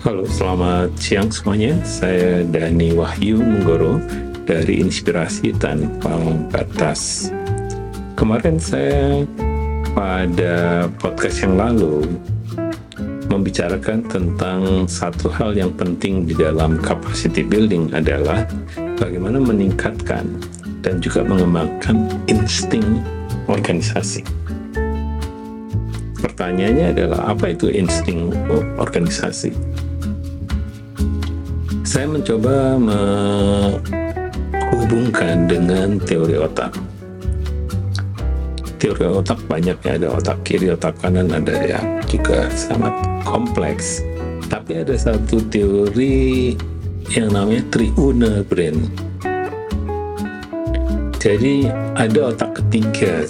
Halo, selamat siang semuanya. Saya Dani Wahyu Munggoro dari Inspirasi Tanpa Batas. Kemarin saya pada podcast yang lalu membicarakan tentang satu hal yang penting di dalam capacity building adalah bagaimana meningkatkan dan juga mengembangkan insting organisasi. Pertanyaannya adalah, apa itu insting organisasi? Saya mencoba menghubungkan dengan teori otak. Teori otak banyak ya, ada otak kiri, otak kanan, ada yang juga sangat kompleks. Tapi ada satu teori yang namanya triuna brain. Jadi ada otak ketiga.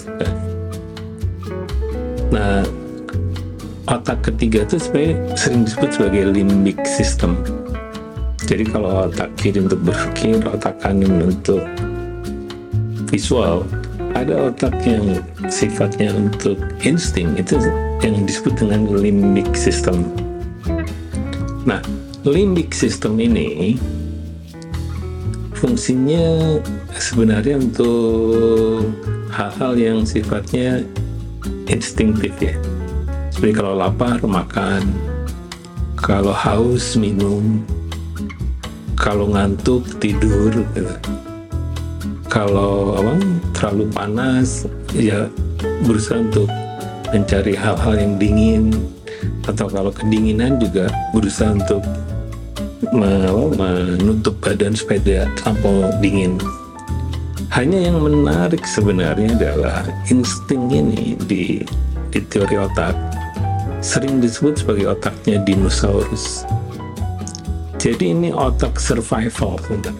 Nah, otak ketiga itu sebenarnya sering disebut sebagai limbic system. Jadi kalau otak kiri untuk berpikir, otak kanan untuk visual, ada otak yang sifatnya untuk insting, itu yang disebut dengan limbic system. Nah, limbic system ini fungsinya sebenarnya untuk hal-hal yang sifatnya instinktif ya. Seperti kalau lapar, makan, kalau haus, minum, kalau ngantuk, tidur gitu. Kalau terlalu panas, ya berusaha untuk mencari hal-hal yang dingin, atau kalau kedinginan juga berusaha untuk menutup badan supaya tidak terlampau dingin. Hanya yang menarik sebenarnya adalah insting ini di teori otak sering disebut sebagai otaknya dinosaurus. Jadi ini otak survival.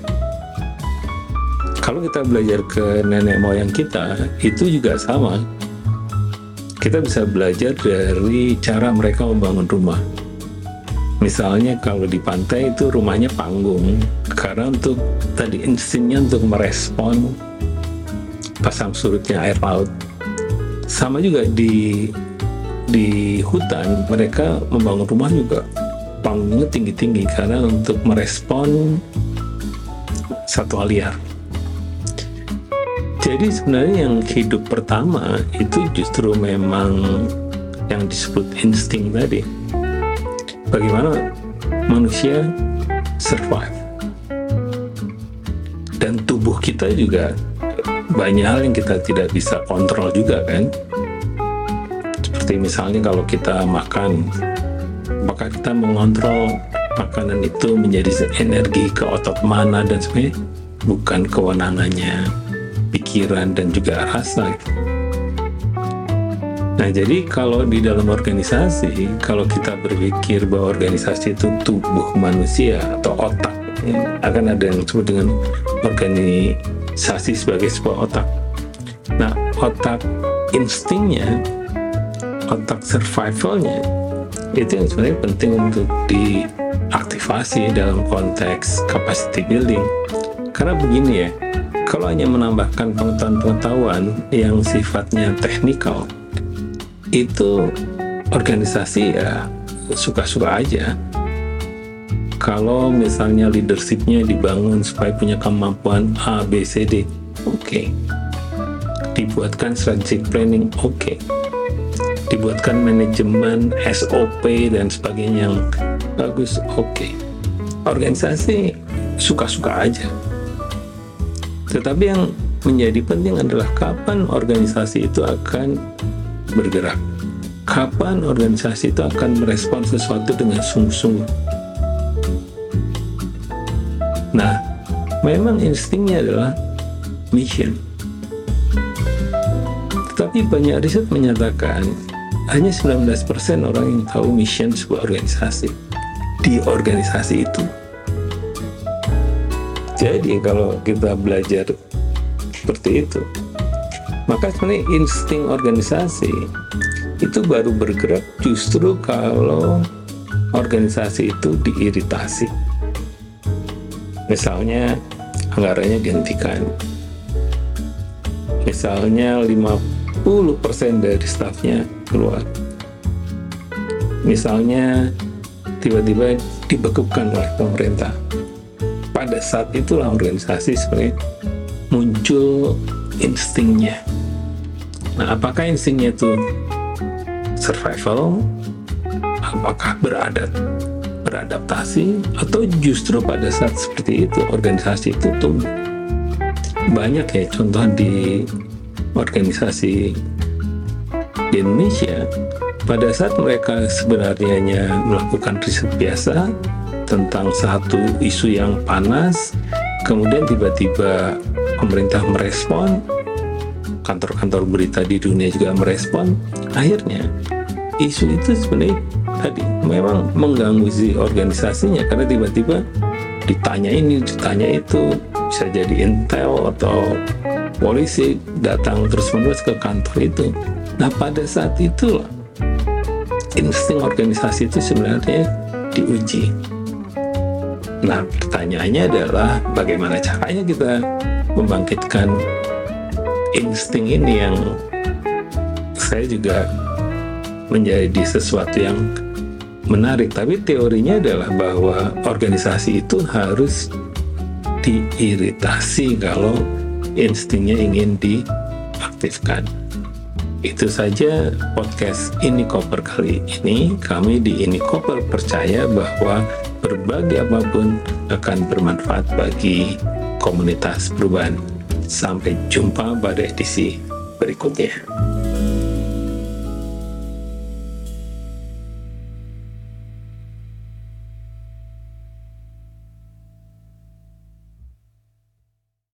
Kalau kita belajar ke nenek moyang kita, itu juga sama. Kita bisa belajar dari cara mereka membangun rumah. Misalnya kalau di pantai itu rumahnya panggung, karena untuk tadi instingnya untuk merespon pasang surutnya air laut. Sama juga di hutan, mereka membangun rumah juga panggungnya tinggi-tinggi karena untuk merespon satwa liar. Jadi sebenarnya yang hidup pertama itu justru memang yang disebut insting tadi. Bagaimana manusia survive. Dan tubuh kita juga banyak hal yang kita tidak bisa kontrol juga kan. Seperti misalnya kalau kita makan, apakah kita mengontrol makanan itu menjadi energi ke otot mana dan sebagainya? Bukan kewenangannya, pikiran dan juga rasa. Nah, jadi kalau di dalam organisasi, kalau kita berpikir bahwa organisasi itu tubuh manusia atau otak, akan ada yang disebut dengan organisasi sebagai sebuah otak. Nah, otak instingnya, otak survivalnya, itu yang sebenarnya penting untuk diaktifasi dalam konteks capacity building. Karena begini ya, kalau hanya menambahkan pengetahuan yang sifatnya teknikal, itu organisasi ya suka-suka aja. Kalau misalnya leadership-nya dibangun supaya punya kemampuan A, B, C, D, oke. Dibuatkan strategic planning, oke. Dibuatkan manajemen, SOP dan sebagainya yang bagus, oke. Organisasi suka-suka aja. Tetapi yang menjadi penting adalah kapan organisasi itu akan bergerak. Kapan organisasi itu akan merespon sesuatu dengan sungguh-sungguh. Nah, memang instingnya adalah mission. Tetapi banyak riset menyatakan hanya 19% orang yang tahu mission sebuah organisasi di organisasi itu. Jadi kalau kita belajar seperti itu, maka sebenarnya insting organisasi itu baru bergerak justru kalau organisasi itu diiritasi. Misalnya anggarannya dihentikan. Misalnya 50% dari stafnya keluar. Misalnya tiba-tiba dibekukan oleh pemerintah. Pada saat itulah organisasi sebenarnya muncul instingnya. Nah, apakah instingnya itu survival, apakah beradaptasi, atau justru pada saat seperti itu organisasi itu tumbuh? Banyak ya contoh di organisasi di Indonesia, pada saat mereka sebenarnya melakukan riset biasa tentang satu isu yang panas, kemudian tiba-tiba pemerintah merespon, kantor-kantor berita di dunia juga merespon, akhirnya isu itu sebenarnya tadi memang mengganggu si organisasinya, karena tiba-tiba ditanya ini, ditanya itu, bisa jadi intel atau polisi datang terus-menerus ke kantor itu. Nah, pada saat itulah insting organisasi itu sebenarnya diuji. Nah, pertanyaannya adalah bagaimana caranya kita membangkitkan insting ini, yang saya juga menjadi sesuatu yang menarik. Tapi teorinya adalah bahwa organisasi itu harus diiritasi kalau instingnya ingin diaktifkan. Itu saja podcast Ini Koper kali ini. Kami di Ini Koper percaya bahwa berbagi apapun akan bermanfaat bagi komunitas perubahan. Sampai jumpa pada edisi berikutnya.